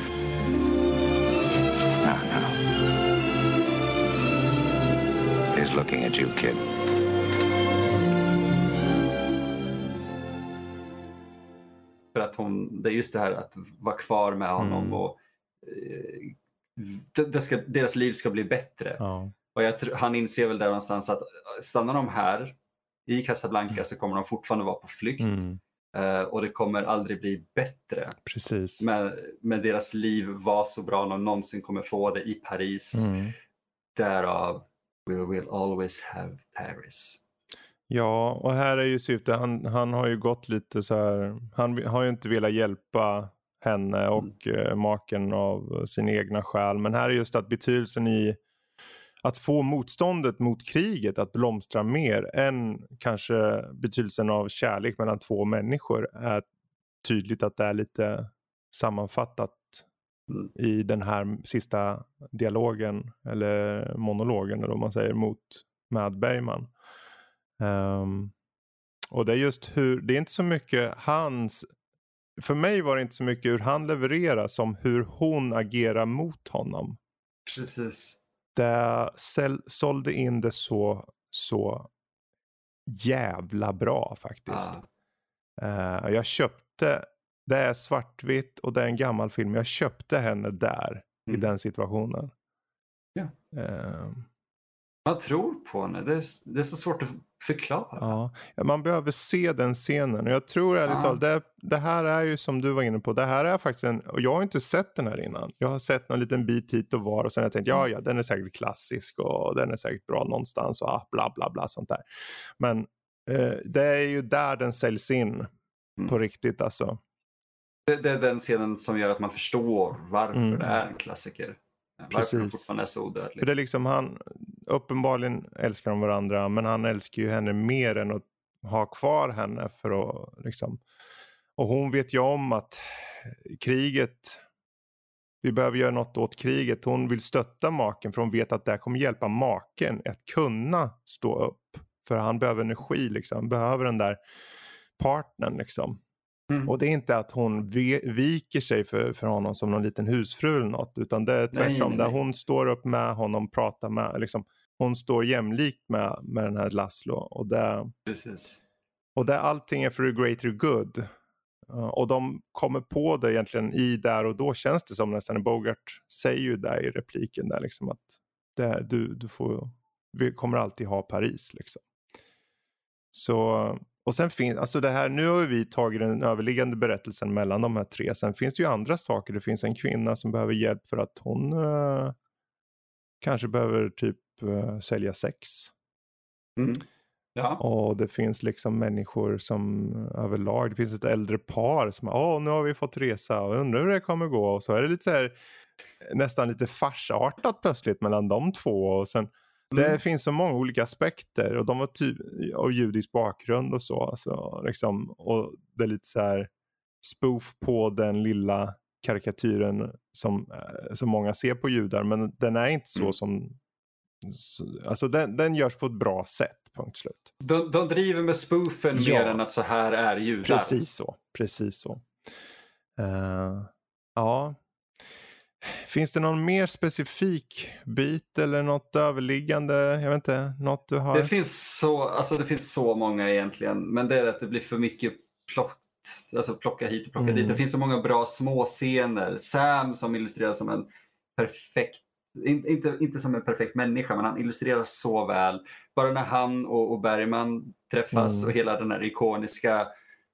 Now. He's looking at you, kid. För att det är just det här att vara kvar med honom och deras liv ska bli bättre. Och han inser väl där någonstans att stannar de här i Casablanca så kommer de fortfarande vara på flykt. Och det kommer aldrig bli bättre. Precis. Men deras liv var så bra de någonsin kommer få det i Paris. Därav we will always have Paris. Ja, och här är ju syftet. Han har ju gått lite så här. Han har ju inte velat hjälpa henne och maken av sin egna själ. Men här är just att betydelsen i att få motståndet mot kriget att blomstra mer än kanske betydelsen av kärlek mellan 2 människor är tydligt att det är lite sammanfattat i den här sista dialogen eller monologen eller vad man säger mot Mad Bergman. Och det är just hur, det är inte så mycket för mig var det inte så mycket hur han levererar som hur hon agerar mot honom. Precis. Det sålde in det så jävla bra faktiskt. Jag köpte, det är svartvitt och det är en gammal film. Jag köpte henne där i den situationen. Ja. Man tror på henne. Det är så svårt att förklara. Ja, man behöver se den scenen. Och jag tror ärligt talat, det här är ju som du var inne på. Det här är faktiskt och jag har inte sett den här innan. Jag har sett någon liten bit hit och var. Och sen har jag tänkt, ja, den är säkert klassisk. Och den är säkert bra någonstans. Och bla bla bla sånt där. Men det är ju där den säljs in. På riktigt alltså. Det är den scenen som gör att man förstår varför det är en klassiker. Varför den fortfarande är så odödlig. För det är liksom han uppenbarligen älskar de varandra, men han älskar ju henne mer än att ha kvar henne för att liksom, och hon vet ju om att kriget, vi behöver göra något åt kriget. Hon vill stötta maken för hon vet att det kommer hjälpa maken att kunna stå upp, för han behöver energi liksom, behöver den där partnern liksom. Och det är inte att hon viker sig för honom som någon liten husfru eller något, utan det är tvärtom. Nej. Där hon står upp med honom, pratar med, liksom, hon står jämlikt med den här Laszlo. Och precis. Och där allting är för the greater good. Och de kommer på det egentligen i där och då, känns det som nästan. Bogart säger ju där i repliken där liksom att vi kommer alltid ha Paris liksom. Så... Och sen finns, alltså det här, nu har vi tagit den överliggande berättelsen mellan de här 3. Sen finns det ju andra saker. Det finns en kvinna som behöver hjälp för att hon kanske behöver typ sälja sex. Ja. Och det finns liksom människor som överlag, det finns ett äldre par som nu har vi fått resa och undrar hur det kommer gå. Och så är det lite så här, nästan lite farsartat plötsligt mellan de 2. Och sen Det finns så många olika aspekter och de var typ av judisk bakgrund och så. Alltså, liksom, och det är lite så här spoof på den lilla karikatyren som många ser på judar. Men den är inte så som... Alltså den görs på ett bra sätt, punkt slut. De driver med spoofen mer än att så här är judar. Precis så. Ja. Finns det någon mer specifik bit eller något överliggande? Jag vet inte, något du har? Det finns så många egentligen. Men det är att det blir för mycket plocka hit och plocka dit. Det finns så många bra små scener. Sam som illustreras som en perfekt, inte som en perfekt människa, men han illustreras så väl. Bara när han och Bergman träffas och hela den här ikoniska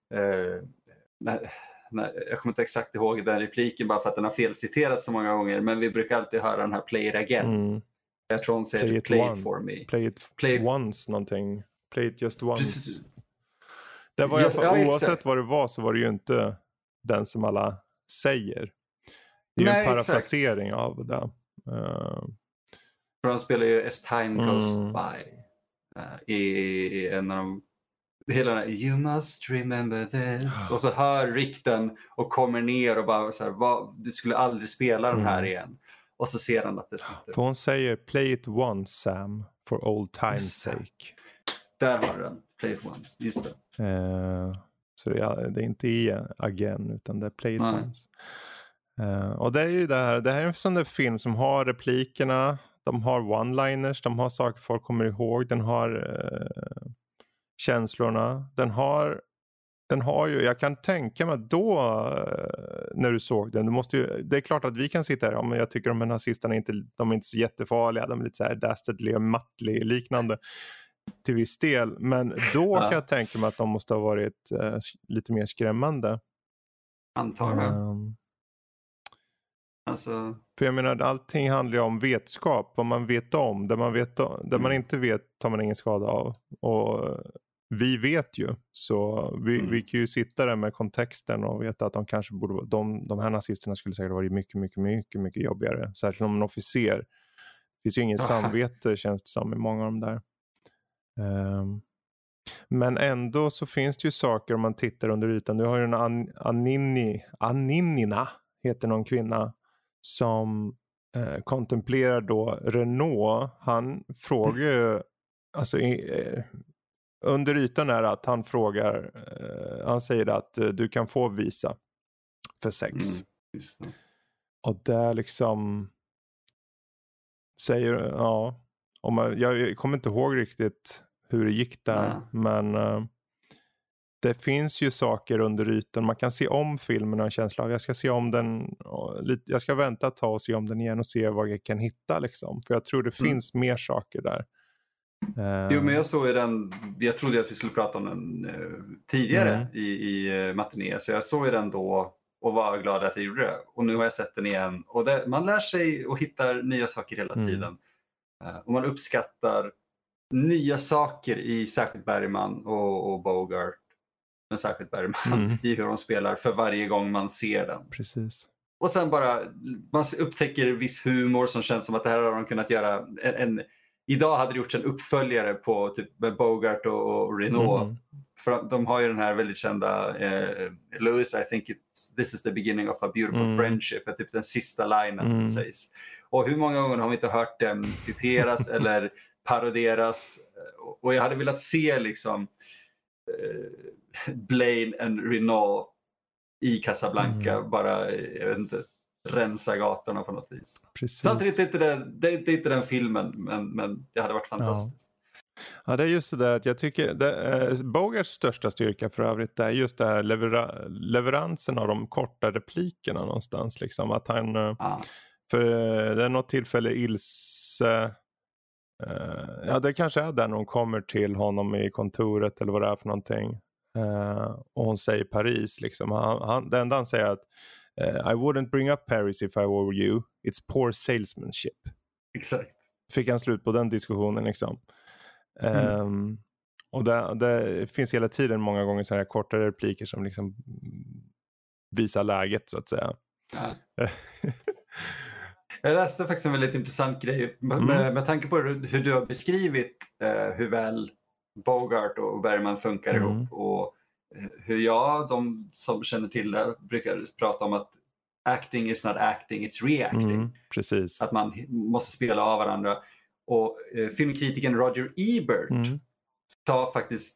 jag kommer inte exakt ihåg den repliken bara för att den har felciterats så många gånger, men vi brukar alltid höra den här play it again. Jag tror hon säger play it for me. Play it once någonting. Play it just once. Precis. Det var oavsett vad det var så var det ju inte den som alla säger. Det är ju en parafrasering av det. För han spelar ju As Time Goes By i en av de hela den här, you must remember this. Och så hör Rick den och kommer ner och bara så här, du skulle aldrig spela den här igen. Och så ser han att det sitter. För hon säger play it once Sam for old time's sake. Där har du den. Play it once, just det. Så det är inte again utan det är play it once. Och det är ju det här är en sån där film som har replikerna, de har one-liners, de har saker folk kommer ihåg, den har känslorna, den har ju, jag kan tänka mig då när du såg den, det är klart att vi kan sitta här, men jag tycker de här nazisterna de är inte så jättefarliga, de är lite så här dastardly och mattlig liknande till viss del, men då kan jag tänka mig att de måste ha varit lite mer skrämmande. Antagligen. Alltså... För jag menar, allting handlar ju om vetskap, vad man vet om, där man inte vet tar man ingen skada av, och vi vet ju, så vi kan ju sitta där med kontexten och veta att de kanske borde vara, de här nazisterna skulle säkert varit mycket, mycket, mycket, mycket jobbigare, särskilt om en officer. Det finns ju ingen samvete, känns det som, i många av dem där. Men ändå så finns det ju saker om man tittar under ytan. Du har ju en Aninina heter någon kvinna som kontemplerar då Renault. Han frågar ju, alltså under ytan är att han frågar, han säger att du kan få visa för sex. Och det liksom säger, jag kommer inte ihåg riktigt hur det gick där, men det finns ju saker under ytan. Man kan se om filmen och en känsla av, jag ska se om den, jag ska vänta ett tag och se om den igen och se vad jag kan hitta liksom. För jag tror det finns mer saker där. Jo, men jag såg ju den, jag trodde att vi skulle prata om den tidigare i matiné, så jag såg ju den då och var glad att jag gjorde det. Och nu har jag sett den igen. Och man lär sig och hittar nya saker hela tiden. Och man uppskattar nya saker i särskilt Bergman och Bogart. Men särskilt Bergman i hur de spelar för varje gång man ser den. Precis. Och sen bara, man upptäcker viss humor som känns som att det här har de kunnat göra. Idag hade det gjorts en uppföljare på typ Bogart och Renault. För de har ju den här väldigt kända Louis, I think this is the beginning of a beautiful friendship. Är typ den sista linen som sägs. Och hur många gånger har vi inte hört den citeras eller paroderas? Och jag hade velat se liksom Blaine and Renault i Casablanca bara, jag vet inte, rensa gatorna på något vis. Precis. Samtidigt är det är inte den filmen, men det hade varit fantastiskt. Ja, det är just det där att jag tycker Bogarts största styrka för övrigt är just det här leveransen av de korta replikerna någonstans liksom, att han för det är något tillfälle Ilse det kanske är där när hon kommer till honom i kontoret eller vad det är för någonting, och hon säger Paris liksom, det enda han säger att I wouldn't bring up Paris if I were you, it's poor salesmanship. Exakt. Fick han slut på den diskussionen liksom. Och det finns hela tiden många gånger så här kortare repliker som liksom visar läget så att säga. Jag läste faktiskt en väldigt intressant grej med tanke på hur du har beskrivit hur väl Bogart och Bergman funkar ihop och hur de som känner till det brukar prata om att acting is not acting, it's reacting. Precis. Att man måste spela av varandra. Och filmkritiken Roger Ebert sa faktiskt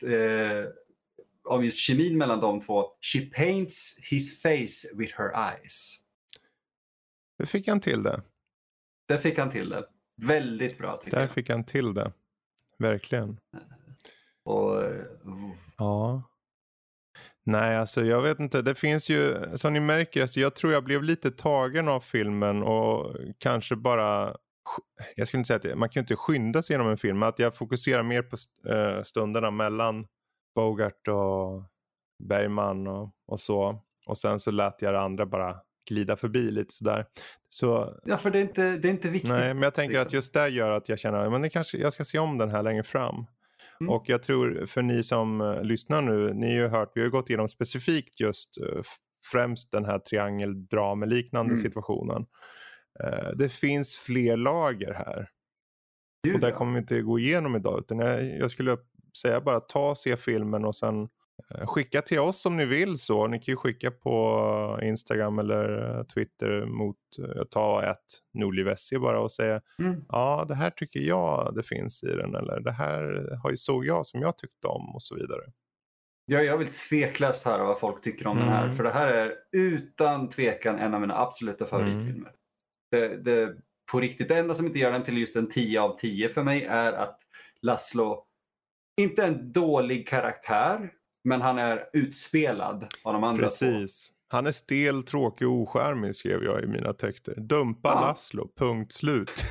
om just kemin mellan de två: she paints his face with her eyes. Hur fick han till det? Där fick han till det. Väldigt bra tycker jag. Där fick han till det. Verkligen. Och, ja. Nej, alltså jag vet inte. Det finns ju, som ni märker, alltså, jag tror jag blev lite tagen av filmen och kanske bara, jag skulle inte säga att man kan ju inte skynda sig genom en film, men att jag fokuserar mer på stunderna mellan Bogart och Bergman och så. Och sen så lät jag det andra bara glida förbi lite sådär. Så, ja, för det är inte viktigt. Nej, men jag tänker att just det gör att jag känner men det kanske, jag ska se om den här längre fram. Och jag tror för ni som lyssnar nu, ni har ju hört, vi har gått igenom specifikt just främst den här triangeldrameliknande situationen. Det finns fler lager här. Och det kommer vi inte gå igenom idag, utan jag skulle säga bara se filmen och sen skicka till oss om ni vill så. Ni kan ju skicka på Instagram eller Twitter mot @Nordlivessi bara och säga ja, det här tycker jag det finns i den, eller det här såg jag som jag tyckte om och så vidare. Ja, jag vill tveklöst höra vad folk tycker om den här, för det här är utan tvekan en av mina absoluta favoritfilmer. Det på riktigt, det enda som inte gör den till just en 10 av 10 för mig är att Laszlo inte är en dålig karaktär, men han är utspelad av de andra. Precis. Två. Han är stel, tråkig och oskärmig, skrev jag i mina texter. Dumpa Laszlo, punkt slut.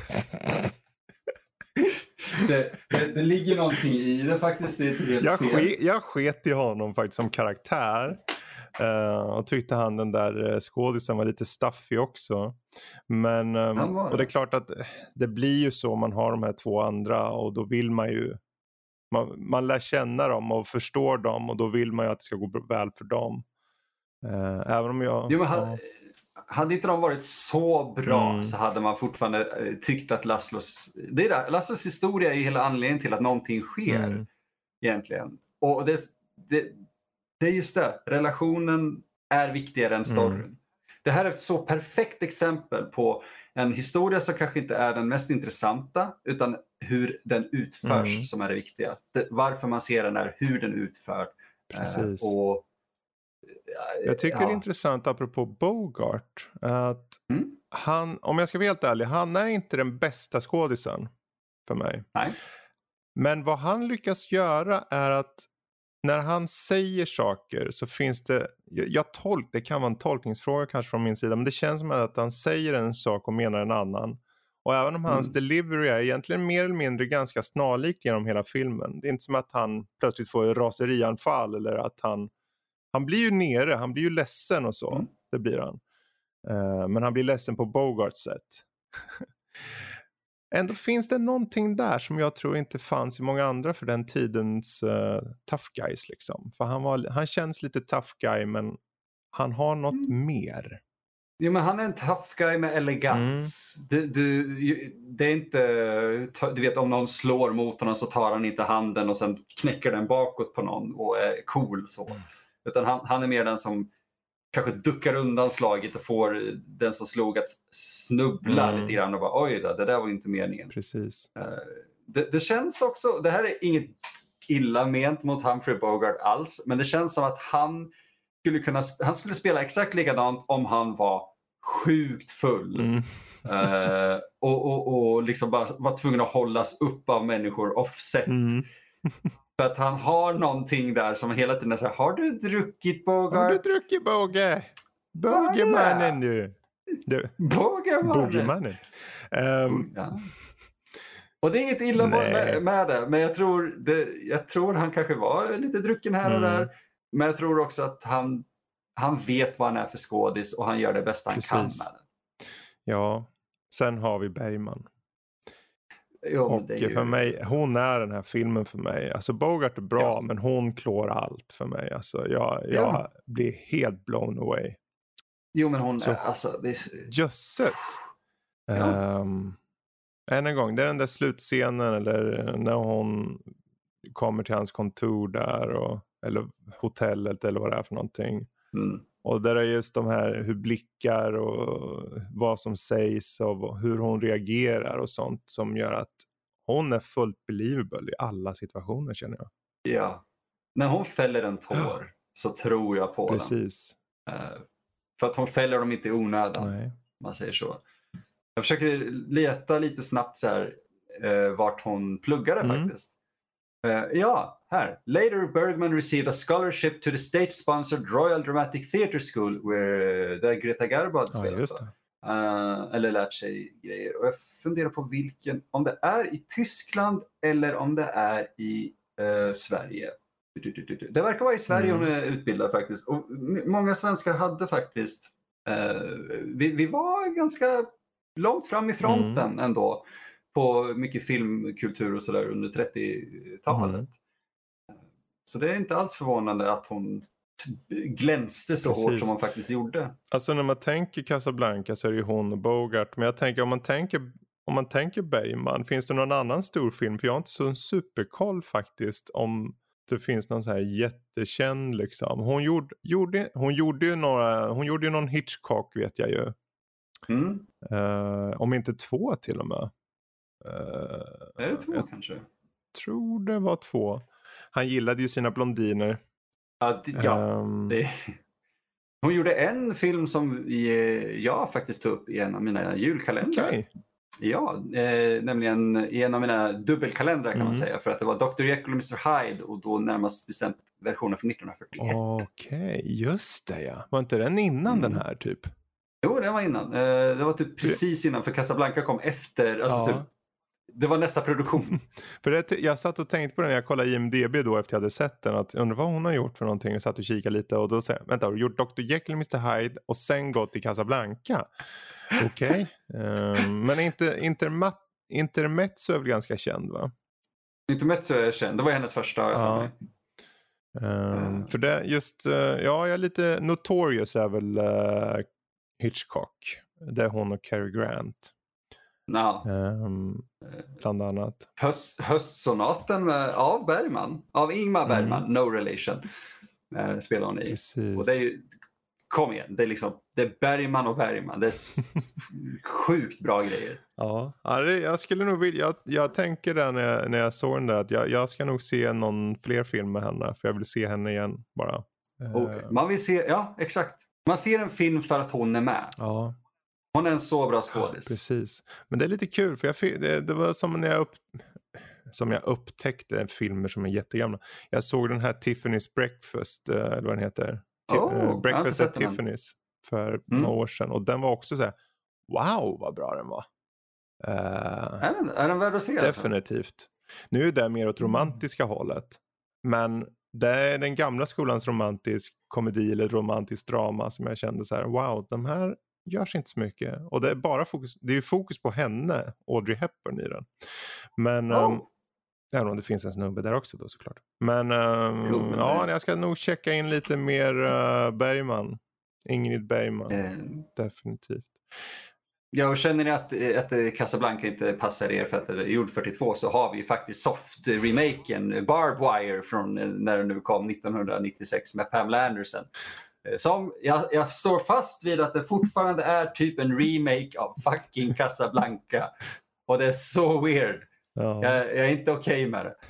det ligger någonting i det faktiskt. Det är helt fel. Jag sket i honom faktiskt som karaktär. Och tyckte han den där skådisen var lite staffig också. Men och det är klart att det blir ju så, man har de här två andra och då vill man ju man lär känna dem och förstår dem och då vill man ju att det ska gå väl för dem. Även om hade inte de varit så bra så hade man fortfarande tyckt att Laszlos historia är ju hela anledningen till att någonting sker egentligen. Och det är just det, relationen är viktigare än storyn. Det här är ett så perfekt exempel på en historia som kanske inte är den mest intressanta, utan hur den utförs som är det viktiga. Varför man ser den är hur den utför. Precis. Jag tycker det är intressant apropå Bogart att han, om jag ska vara helt ärlig, han är inte den bästa skådisen för mig. Nej. Men vad han lyckas göra är att när han säger saker så finns det, det kan vara en tolkningsfråga kanske från min sida, men det känns som att han säger en sak och menar en annan. Och även om hans delivery är egentligen mer eller mindre ganska snarlikt genom hela filmen. Det är inte som att han plötsligt får ett raserianfall eller att han blir ju nere, han blir ju ledsen och så. Det blir han. Men han blir ledsen på Bogarts sätt. Ändå finns det någonting där som jag tror inte fanns i många andra för den tidens tough guys liksom. För han känns lite tough guy, men han har något mer. Jo, men han är en tough guy med elegans. Det är inte, du vet, om någon slår mot honom så tar han inte handen och sen knäcker den bakåt på någon och är cool så. Utan han är mer den som kanske duckar undan slaget och får den som slog att snubbla lite grann och bara oj då, det där var inte meningen. Precis. Det känns också, det här är inget illa ment mot Humphrey Bogart alls, men det känns som att han skulle spela exakt likadant om han var sjukt full. Och liksom bara var tvungen att hållas upp av människor offset. För att han har någonting där som hela tiden säger, har du druckit Bogart? Har du druckit Boge? Bogemannen nu. Bogemannen. Ja. Och det är inget illa med det, men jag tror han kanske var lite drucken här och där. Men jag tror också att han vet vad han är för skådis och han gör det bästa han kan med det. Ja, sen har vi Bergman. Jo, och för mig, hon är den här filmen för mig. Alltså Bogart är bra, men hon klår allt för mig. Alltså jag blir helt blown away. Jo, men hon så, är alltså... Jösses! Än en gång, det är den där slutscenen eller när hon kommer till hans kontor där eller hotellet eller vad det är för någonting. Och där är just de här hur blickar och vad som sägs och hur hon reagerar och sånt som gör att hon är fullt believable i alla situationer, känner jag. Ja, när hon fäller en tår så tror jag på Precis. den. För att hon fäller dem inte i onödan. Nej. Man säger så. Jag försöker leta lite snabbt så här, vart hon pluggade faktiskt. Ja, här. Later Bergman received a scholarship to the state-sponsored Royal Dramatic Theatre School där Greta Garbo hade spelat. Just det. Eller lärt sig grejer. Och jag funderar på om det är i Tyskland eller om det är i Sverige. Det verkar vara i Sverige hon är utbildad faktiskt. Och många svenskar hade faktiskt vi var ganska långt fram i fronten ändå på mycket filmkultur och sådär under 30-talet. Så det är inte alls förvånande att hon glänste så hårt som hon faktiskt gjorde. Alltså när man tänker Casablanca så är det ju hon och Bogart. Men jag tänker om man tänker Bergman, finns det någon annan stor film? För jag har inte så en superkoll faktiskt om det finns någon så här jättekänd liksom. Hon gjorde ju någon Hitchcock, vet jag ju. Om inte 2 till och med. Är det 2 kanske? Tror det var 2. Han gillade ju sina blondiner. Hon gjorde en film som jag faktiskt tog upp i en av mina julkalendrar. Okay. Ja, nämligen i en av mina dubbelkalendrar kan man säga. För att det var Dr. Jekyll och Mr. Hyde och då närmast bestämt versionen från 1941. Okej, just det ja. Var inte den innan den här typ? Jo, den var innan. Det var typ precis innan, för Casablanca kom efter. Alltså, typ, det var nästa produktion. För jag satt och tänkte på den när jag kollade IMDb då efter jag hade sett den. Att undrar vad hon har gjort för någonting. Jag satt och kikade lite och då sa jag, vänta, har du gjort Dr. Jekyll och Mr. Hyde och sen gått till Casablanca? Okej. Men Intermezzo är väl ganska känd, va? Intermezzo är känd. Det var hennes första. För det just, jag är lite Notorious är väl Hitchcock. Det är hon och Cary Grant. Bland annat. Höstsonaten av Bergman. Av Ingmar Bergman. No Relation. Spelar hon i. Precis. Och det är ju, kom igen. Det är Bergman och Bergman. Det är sjukt bra grejer. Ja, jag skulle nog vilja. Jag tänker där när jag såg den där att jag ska nog se någon fler film med henne. För jag vill se henne igen bara. Man vill se, ja exakt. Man ser en film för att hon är med. Ja. Hon är en så bra skådis. Precis. Men det är lite kul för det var som när jag upptäckte filmer som är jättegamla. Jag såg den här Tiffany's Breakfast eller vad den heter. Breakfast at Tiffany's för några år sedan. Och den var också så här, wow vad bra den var. Är den värd att se? Definitivt. Alltså? Nu är det mer åt romantiska hållet. Men det är den gamla skolans romantisk komedi eller romantisk drama som jag kände så här, wow, de här görs inte så mycket. Och det är bara fokus på henne, Audrey Hepburn i den. Men även om det finns en snubbe där också då såklart. Men jag ska nog checka in lite mer Bergman. Ingrid Bergman. Definitivt. Ja, och känner ni att Casablanca inte passar er för att det är gjord 42 så har vi ju faktiskt soft-remaken Barbed Wire från när den nu kom 1996 med Pamela Anderson. Som jag står fast vid att det fortfarande är typ en remake av fucking Casablanca. Och det är så weird. Ja. Jag är inte okej med det.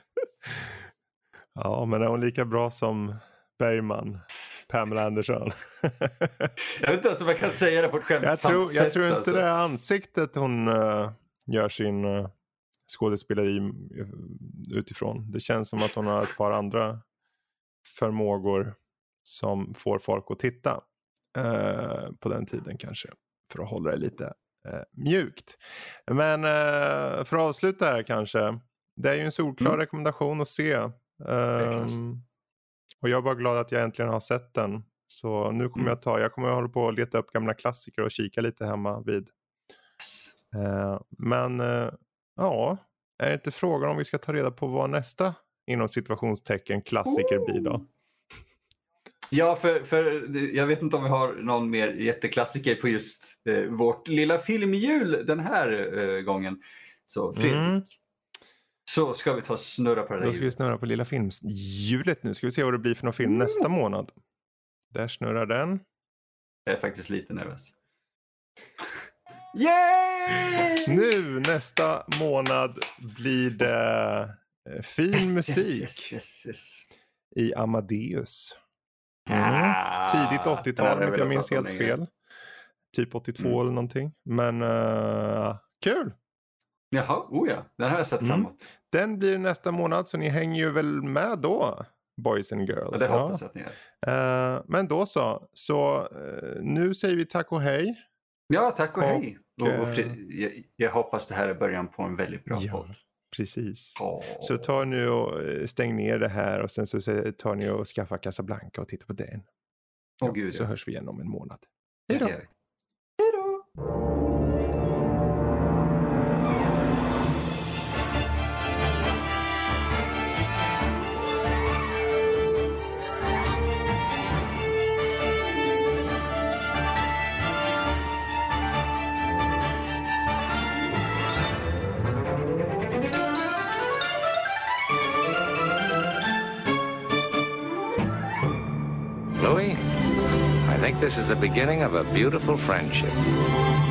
Ja, men är hon lika bra som Bergman? Pamela Anderson. Jag vet inte ens om jag kan säga det på ett skämtsamt sätt. Jag tror inte alltså. det är ansiktet hon gör sin skådespeleri utifrån. Det känns som att hon har ett par andra förmågor som får folk att titta på den tiden kanske. För att hålla det lite mjukt. Men för att avsluta här kanske. Det är ju en solklar rekommendation att se. Och jag är bara glad att jag äntligen har sett den. Så nu kommer jag kommer att hålla på att leta upp gamla klassiker och kika lite hemma vid. Men är det inte frågan om vi ska ta reda på vad nästa inom situationstecken klassiker blir då? Ja, för jag vet inte om vi har någon mer jätteklassiker på just vårt lilla filmjul den här gången. Så Fredrik, så ska vi ta och snurra på det där. Då ska vi snurra på lilla filmhjulet nu. Ska vi se vad det blir för någon film nästa månad. Där snurrar den. Jag är faktiskt lite nervös. Yay! Nu nästa månad blir det fin musik Yes. i Amadeus. Tidigt Den 80-tal har om inte jag minns pratat om helt länge. fel. Typ 82 eller någonting. Men kul! Jaha, ja. Den har jag sett framåt. Den blir nästa månad så ni hänger ju väl med då, boys and girls. Ja, det hoppas jag att ni gör. Men då så nu säger vi tack och hej. Ja, tack och hej. Jag hoppas det här är början på en väldigt bra podd. Precis. Så ta nu och stäng ner det här och sen så tar ni och skaffar Casablanca och tittar på den. Gud, så hörs vi igen om en månad. Hej då! Hej då! Louis, I think this is the beginning of a beautiful friendship.